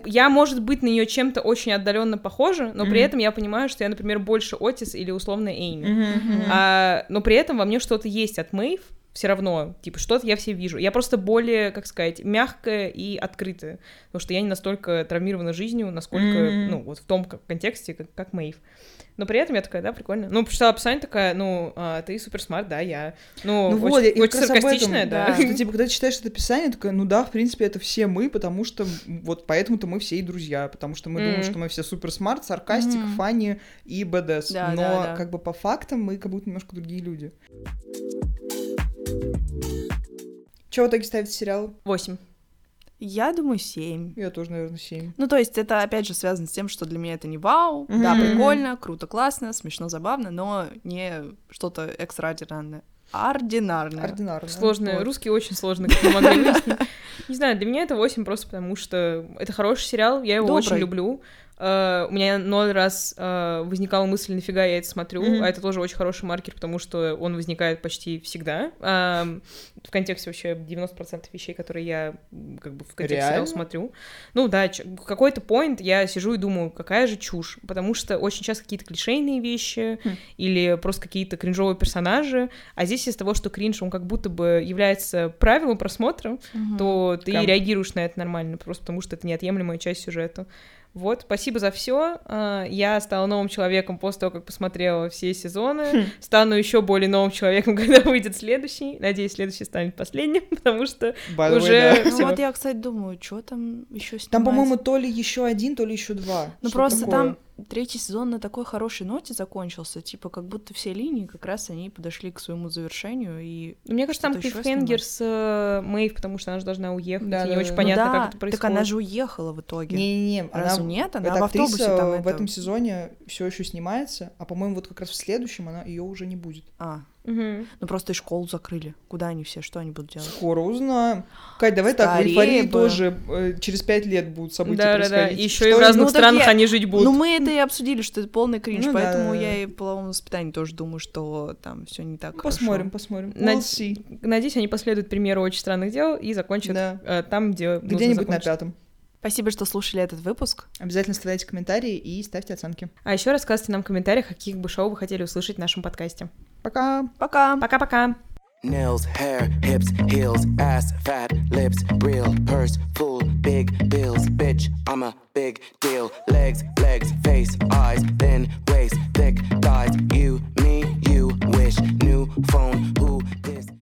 я, может быть, на нее чем-то очень отдаленно похожа, но при этом я понимаю, что я, например, больше Отис или условно Эйми. Но при этом во мне что-то есть от Мэйв, все равно, типа, что-то я все вижу. Я просто более, как сказать, мягкая и открытая, потому что я не настолько травмирована жизнью, насколько, ну, вот в том контексте, как Мэйв. Но при этом я такая, да, прикольно. Ну, прочитала описание, такая, ну, ты супер смарт, да, я. Ну вот, очень саркастичная, да. Что, типа, когда ты читаешь это описание, такая, ну да, в принципе, это все мы, потому что вот поэтому-то мы все и друзья, потому что мы думаем, что мы все супер смарт, саркастик, фанни и БДС. Да, но как бы по фактам мы как будто немножко другие люди. Чего в итоге ставить сериал? 8. Я думаю, 7. Я тоже, наверное, 7. Ну, то есть это, опять же, связано с тем, что для меня это не вау, да, прикольно, круто, классно, смешно, забавно, но не что-то экстраординарное. Ординарное. Сложное. Вот. Русский очень сложный, как мы могли выяснить. Не знаю, для меня это 8 просто потому, что это хороший сериал, я его очень люблю. У меня 0 раз возникала мысль, нафига я это смотрю, а это тоже очень хороший маркер, потому что он возникает почти всегда. В контексте вообще 90% вещей, которые я как бы в контексте сериала смотрю. Ну да, в какой-то point я сижу и думаю, какая же чушь, потому что очень часто какие-то клишейные вещи или просто какие-то кринжовые персонажи, а здесь из-за того, что кринж, он как будто бы является правилом просмотра, то ты реагируешь на это нормально, просто потому что это неотъемлемая часть сюжета. Вот, спасибо за все. Я стала новым человеком после того, как посмотрела все сезоны. Стану еще более новым человеком, когда выйдет следующий. Надеюсь, следующий станет последним, потому что уже всё. Ну вот я, кстати, думаю, что там еще снимать. Там, по-моему, то ли еще 1, то ли еще 2. Ну просто там 3-й сезон на такой хорошей ноте закончился, типа как будто все линии как раз они подошли к своему завершению. И мне кажется, там клиффхенгер с Мэйв, потому что она же должна уехать, и не очень понятно, как это происходит. Так она же уехала в итоге. Не-не-не, нет? Она в автобусе там в этом сезоне все еще снимается, а, по-моему, вот как раз в следующем ее уже не будет. Ну просто и школу закрыли. Куда они все? Что они будут делать? Скоро узнаем. Кать, давай так, в Эйфории тоже через 5 лет будут события происходить. Да, еще и в разных странах они жить будут. Ну мы это и обсудили, что это полный кринж, поэтому я и по половому воспитанию тоже думаю, что там все не так хорошо. Посмотрим. Надеюсь, они последуют примеру «Очень странных дел» и закончат там, где нужно где-нибудь на 5-м. Спасибо, что слушали этот выпуск. Обязательно оставляйте комментарии и ставьте оценки. А еще рассказывайте нам в комментариях, каких бы шоу вы хотели услышать в нашем подкасте. Пока. Пока-пока. Nails, hair, hips, heels, ass, fat, lips, real, purse, full, big bills, bitch, I'm a big deal. Legs, face, eyes,